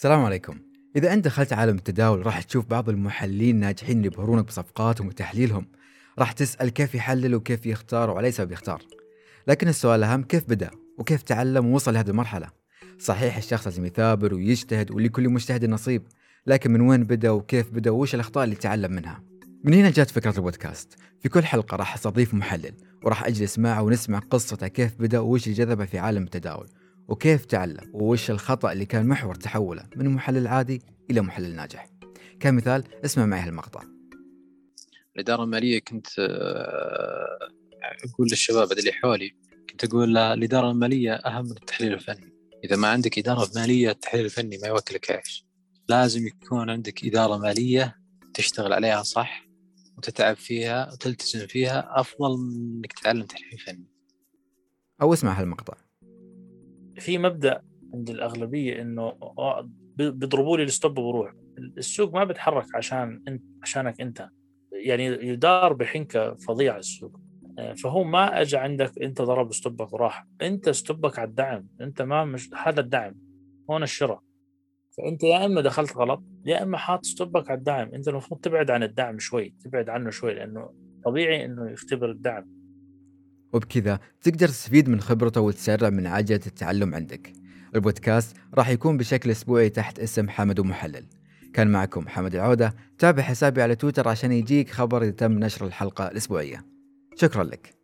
السلام عليكم. إذا أنت دخلت عالم التداول راح تشوف بعض المحللين ناجحين اللي يبهرونك بصفقاتهم وتحليلهم. راح تسأل كيف يحلل وكيف يختار وعلى سبب يختار. لكن السؤال الأهم كيف بدأ وكيف تعلم ووصل لهذه المرحلة. صحيح الشخص لازم يثابر ويجتهد ولكل مجتهد نصيب، لكن من وين بدأ وكيف بدأ وش الأخطاء اللي تعلم منها. من هنا جات فكرة البودكاست. في كل حلقة راح أستضيف محلل وراح أجلس معه ونسمع قصته كيف بدأ وش اللي جذبه في عالم التداول وكيف تعلم ووش الخطأ اللي كان محور تحوله من محلل عادي إلى محلل ناجح. كمثال اسمع معي هالمقطع. الإدارة المالية كنت أقول للشباب اللي حولي، كنت أقول الإدارة المالية أهم من التحليل الفني. إذا ما عندك إدارة مالية التحليل الفني ما يوكلك عيش. لازم يكون عندك إدارة مالية تشتغل عليها صح وتتعب فيها وتلتزم فيها، أفضل من إنك تتعلم تحليل فني. أو اسمع هالمقطع. في مبدأ عند الأغلبية إنه بيضربوا لي الستوب وبروح. السوق ما بيتحرك عشانك أنت، يعني يدار بحنكة فظيعة السوق. فهو ما أجى عندك أنت ضرب ستوبك وراح، أنت ستوبك على الدعم، أنت ما مش هذا الدعم، هون الشراء. فأنت يا إما دخلت غلط يا إما حاط ستوبك على الدعم. أنت المفروض تبعد عن الدعم شوي، تبعد عنه شوي، لأنه طبيعي إنه يختبر الدعم. وبكذا تقدر تستفيد من خبرته وتسرع من عجلة التعلم عندك. البودكاست راح يكون بشكل أسبوعي تحت اسم حمد ومحلل. كان معكم حمد العودة. تابع حسابي على تويتر عشان يجيك خبر إذا تم نشر الحلقة الأسبوعية. شكرا لك.